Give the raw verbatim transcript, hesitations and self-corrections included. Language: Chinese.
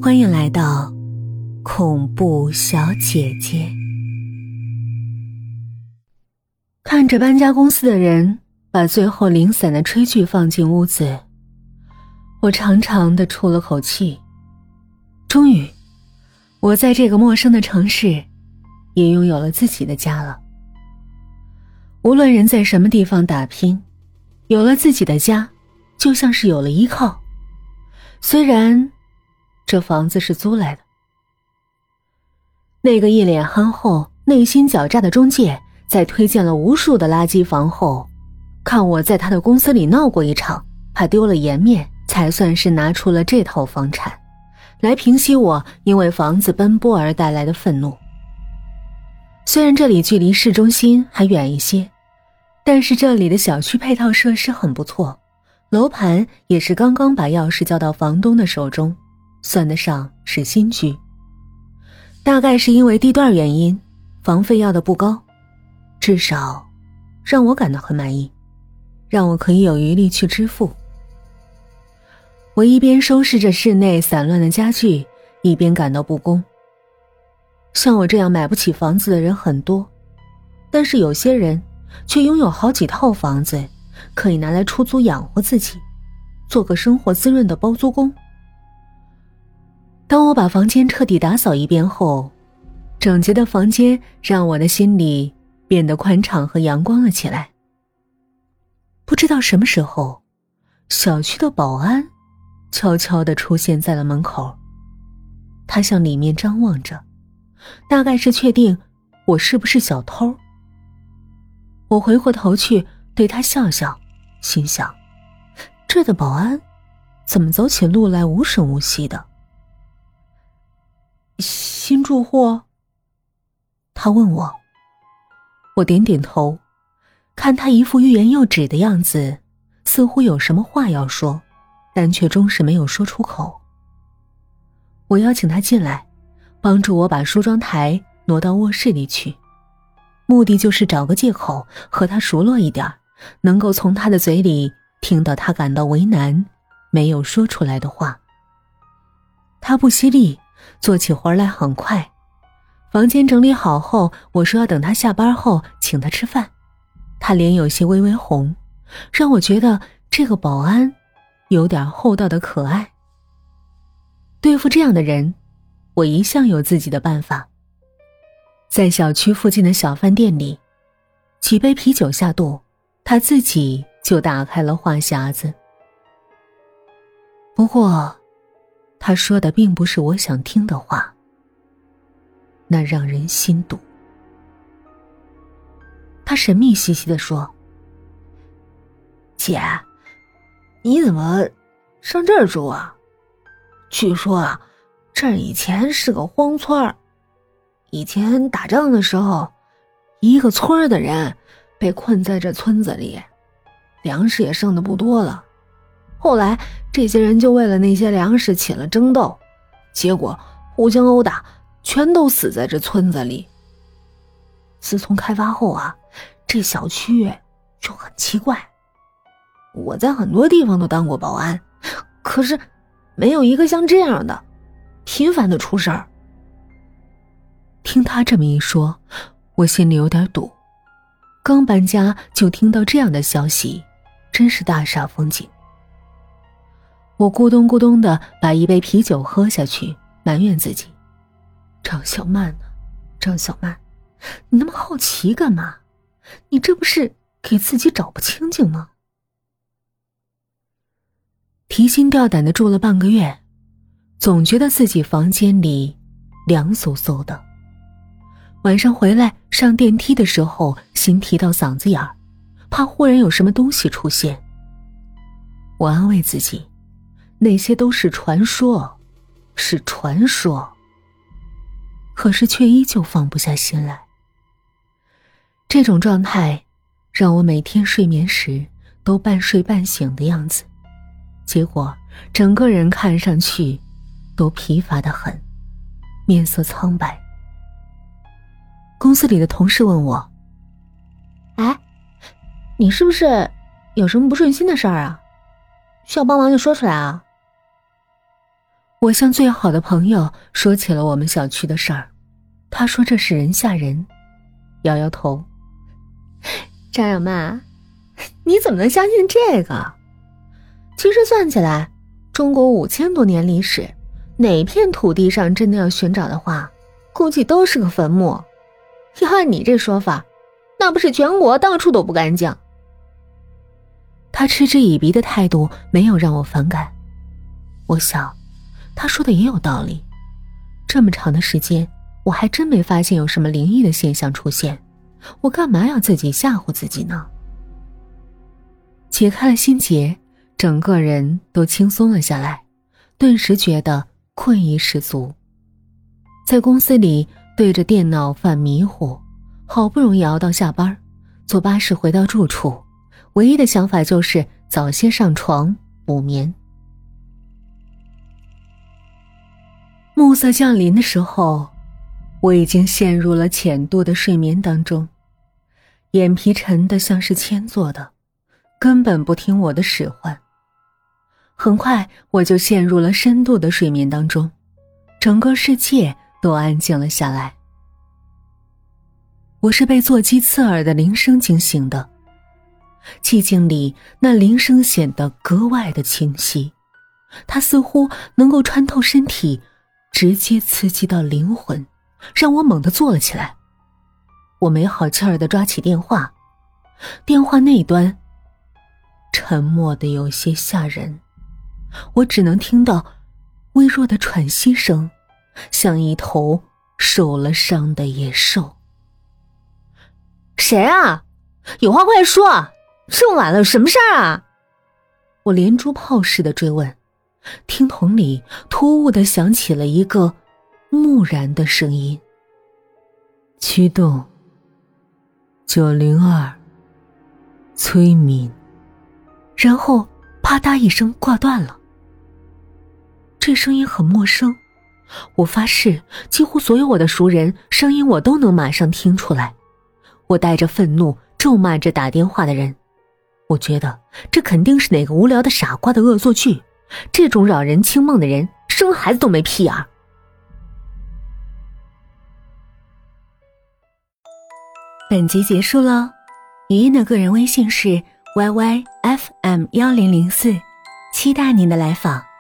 欢迎来到恐怖小姐姐。看着搬家公司的人把最后零散的炊具放进屋子，我长长的出了口气。终于，我在这个陌生的城市也拥有了自己的家了。无论人在什么地方打拼，有了自己的家，就像是有了依靠。虽然这房子是租来的。那个一脸憨厚内心狡诈的中介在推荐了无数的垃圾房后，看我在他的公司里闹过一场，怕丢了颜面，才算是拿出了这套房产来平息我因为房子奔波而带来的愤怒。虽然这里距离市中心还远一些，但是这里的小区配套设施很不错，楼盘也是刚刚把钥匙交到房东的手中，算得上是新居。大概是因为地段原因，房费要的不高，至少让我感到很满意，让我可以有余力去支付。我一边收拾着室内散乱的家具，一边感到不公。像我这样买不起房子的人很多，但是有些人却拥有好几套房子，可以拿来出租养活自己，做个生活滋润的包租公。当我把房间彻底打扫一遍后，整洁的房间让我的心里变得宽敞和阳光了起来。不知道什么时候，小区的保安悄悄地出现在了门口，他向里面张望着，大概是确定我是不是小偷。我回过头去对他笑笑，心想，这的保安怎么走起路来无声无息的？新住户？他问我。我点点头，看他一副欲言又止的样子，似乎有什么话要说，但却终是没有说出口。我邀请他进来，帮助我把梳妆台挪到卧室里去，目的就是找个借口和他熟络一点，能够从他的嘴里听到他感到为难没有说出来的话。他不犀利，做起活来很快。房间整理好后，我说要等他下班后请他吃饭，他脸有些微微红，让我觉得这个保安有点厚道的可爱。对付这样的人，我一向有自己的办法。在小区附近的小饭店里，几杯啤酒下肚，他自己就打开了话匣子。不过他说的并不是我想听的话，那让人心堵。他神秘兮兮地说， 姐，你怎么上这儿住啊？据说啊，这儿以前是个荒村儿，以前打仗的时候，一个村儿的人被困在这村子里，粮食也剩得不多了。后来这些人就为了那些粮食起了争斗，结果互相殴打，全都死在这村子里。自从开发后啊，这小区就很奇怪。我在很多地方都当过保安，可是没有一个像这样的，频繁的出事儿。 听他这么一说，我心里有点堵。刚搬家就听到这样的消息，真是大煞风景。我咕咚咕咚地把一杯啤酒喝下去，埋怨自己，张小曼呢、啊？张小曼，你那么好奇干嘛？你这不是给自己找不清净吗？提心吊胆地住了半个月，总觉得自己房间里凉飕飕的。晚上回来上电梯的时候，心提到嗓子眼儿，怕忽然有什么东西出现。我安慰自己，那些都是传说，是传说。可是却依旧放不下心来。这种状态让我每天睡眠时都半睡半醒的样子，结果整个人看上去都疲乏得很，面色苍白。公司里的同事问我， 哎，你是不是有什么不顺心的事儿啊？需要帮忙就说出来啊。 我向最好的朋友说起了我们小区的事儿，他说这是人吓人，摇摇头。 张小曼，你怎么能相信这个？其实算起来，中国五千多年历史，哪片土地上真的要寻找的话，估计都是个坟墓。要按你这说法，那不是全国到处都不干净。 他嗤之以鼻的态度没有让我反感，我想他说的也有道理，这么长的时间我还真没发现有什么灵异的现象出现，我干嘛要自己吓唬自己呢？解开了心结，整个人都轻松了下来，顿时觉得困意十足。在公司里对着电脑犯迷糊，好不容易熬到下班，坐巴士回到住处，唯一的想法就是早些上床补眠。暮色降临的时候，我已经陷入了浅度的睡眠当中，眼皮沉得像是铅做的，根本不听我的使唤。很快我就陷入了深度的睡眠当中，整个世界都安静了下来。我是被座机刺耳的铃声惊醒的，寂静里那铃声显得格外的清晰，它似乎能够穿透身体，直接刺激到灵魂，让我猛地坐了起来。我没好气儿地抓起电话，电话那端沉默得有些吓人，我只能听到微弱的喘息声，像一头受了伤的野兽。 谁啊？有话快说，这么晚了，什么事儿啊？ 我连珠炮似的追问，听筒里突兀地响起了一个木然的声音：驱动九零二崔敏。然后啪嗒一声挂断了。这声音很陌生，我发誓几乎所有我的熟人声音我都能马上听出来。我带着愤怒咒骂着打电话的人，我觉得这肯定是哪个无聊的傻瓜的恶作剧，这种扰人清梦的人生孩子都没屁眼儿。本集结束了，语音的个人微信是 Y Y F M 一零零四，期待您的来访。